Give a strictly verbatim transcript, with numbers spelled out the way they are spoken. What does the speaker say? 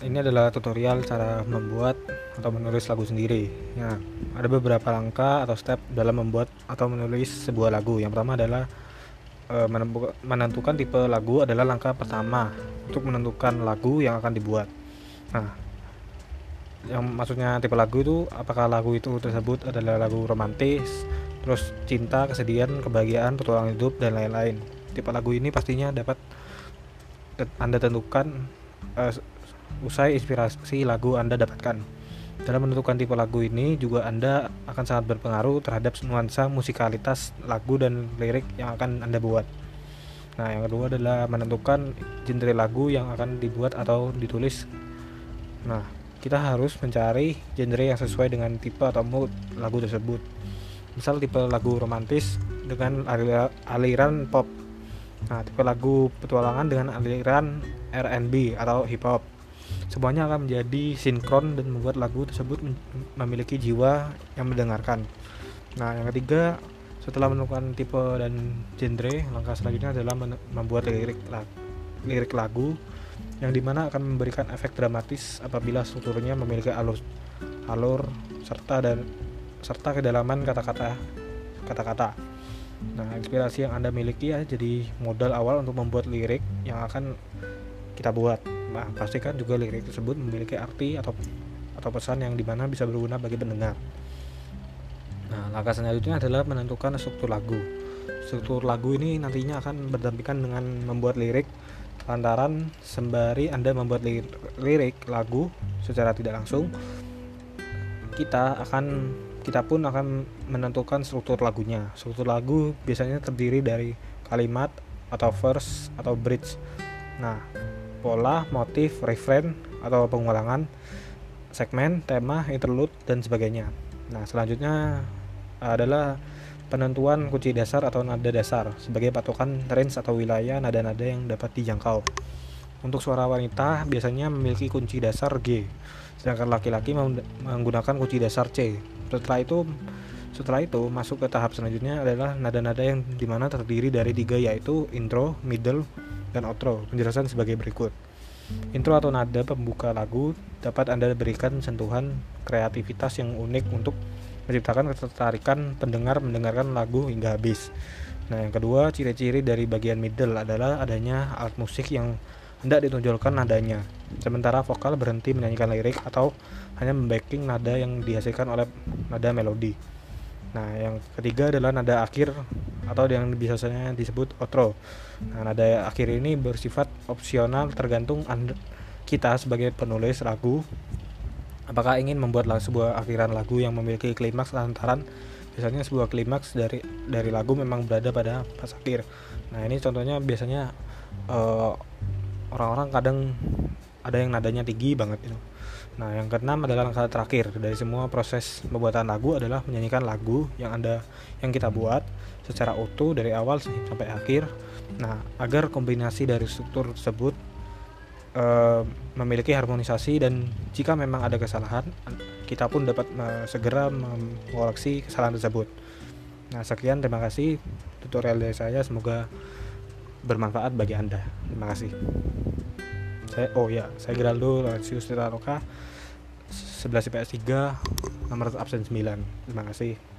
ini adalah tutorial cara membuat atau menulis lagu sendiri. Ya, ada beberapa langkah atau step dalam membuat atau menulis sebuah lagu. Yang pertama adalah e, menentukan tipe lagu adalah langkah pertama untuk menentukan lagu yang akan dibuat. Nah, yang maksudnya tipe lagu itu apakah lagu itu tersebut adalah lagu romantis, terus cinta, kesedihan, kebahagiaan, petualangan hidup, dan lain-lain. Tipe lagu ini pastinya dapat Anda tentukan uh, usai inspirasi lagu Anda dapatkan. Dalam menentukan tipe lagu ini juga Anda akan sangat berpengaruh terhadap nuansa musikalitas lagu dan lirik yang akan Anda buat. Nah, yang kedua adalah menentukan genre lagu yang akan dibuat atau ditulis. Nah, kita harus mencari genre yang sesuai dengan tipe atau mood lagu tersebut. Misal tipe lagu romantis dengan aliran pop. Nah, tipe lagu petualangan dengan aliran R and B atau hip hop. Semuanya akan menjadi sinkron dan membuat lagu tersebut memiliki jiwa yang mendengarkan. Nah, yang ketiga, setelah menentukan tipe dan genre, langkah selanjutnya adalah membuat lirik lirik lagu yang dimana akan memberikan efek dramatis apabila strukturnya memiliki alur alur serta dan serta kedalaman kata-kata kata-kata. Nah, inspirasi yang Anda miliki ya jadi modal awal untuk membuat lirik yang akan kita buat. Nah, pastikan juga lirik tersebut memiliki arti atau atau pesan yang dimana bisa berguna bagi pendengar. Nah, langkah selanjutnya adalah menentukan struktur lagu. Struktur lagu ini nantinya akan berdampingan dengan membuat lirik, lantaran sembari Anda membuat lirik lagu secara tidak langsung, kita akan kita pun akan menentukan struktur lagunya. Struktur lagu biasanya terdiri dari kalimat atau verse atau bridge. Nah, pola, motif, refrain atau pengulangan, segmen, tema, interlude, dan sebagainya. Nah, selanjutnya adalah penentuan kunci dasar atau nada dasar sebagai patokan range atau wilayah nada-nada yang dapat dijangkau. Untuk suara wanita biasanya memiliki kunci dasar G, sedangkan laki-laki menggunakan kunci dasar C. Setelah itu, setelah itu masuk ke tahap selanjutnya adalah nada-nada yang dimana terdiri dari tiga, yaitu intro, middle, dan outro. Penjelasan sebagai berikut. Intro atau nada pembuka lagu dapat Anda berikan sentuhan kreativitas yang unik untuk menciptakan ketertarikan pendengar mendengarkan lagu hingga habis. Nah, yang kedua, ciri-ciri dari bagian middle adalah adanya alat musik yang hendak ditonjolkan nadanya, sementara vokal berhenti menyanyikan lirik atau hanya membacking nada yang dihasilkan oleh nada melodi. Nah, yang ketiga adalah nada akhir atau yang biasanya disebut outro. Nah, nada akhir ini bersifat opsional tergantung anda, kita sebagai penulis lagu apakah ingin membuat sebuah akhiran lagu yang memiliki klimaks, lantaran biasanya sebuah klimaks dari dari lagu memang berada pada pas akhir. Nah, ini contohnya biasanya uh, orang-orang kadang ada yang nadanya tinggi banget gitu. Nah, yang keenam adalah langkah terakhir dari semua proses pembuatan lagu adalah menyanyikan lagu yang Anda yang kita buat secara utuh dari awal sampai akhir. Nah, agar kombinasi dari struktur tersebut e, memiliki harmonisasi, dan jika memang ada kesalahan, kita pun dapat e, segera mengoreksi kesalahan tersebut. Nah, sekian, terima kasih tutorial dari saya, semoga bermanfaat bagi Anda. Terima kasih. Saya oh ya, saya Geraldo Laurentius Titaroka, sebelas I P S tiga, nomor absen sembilan. Terima kasih.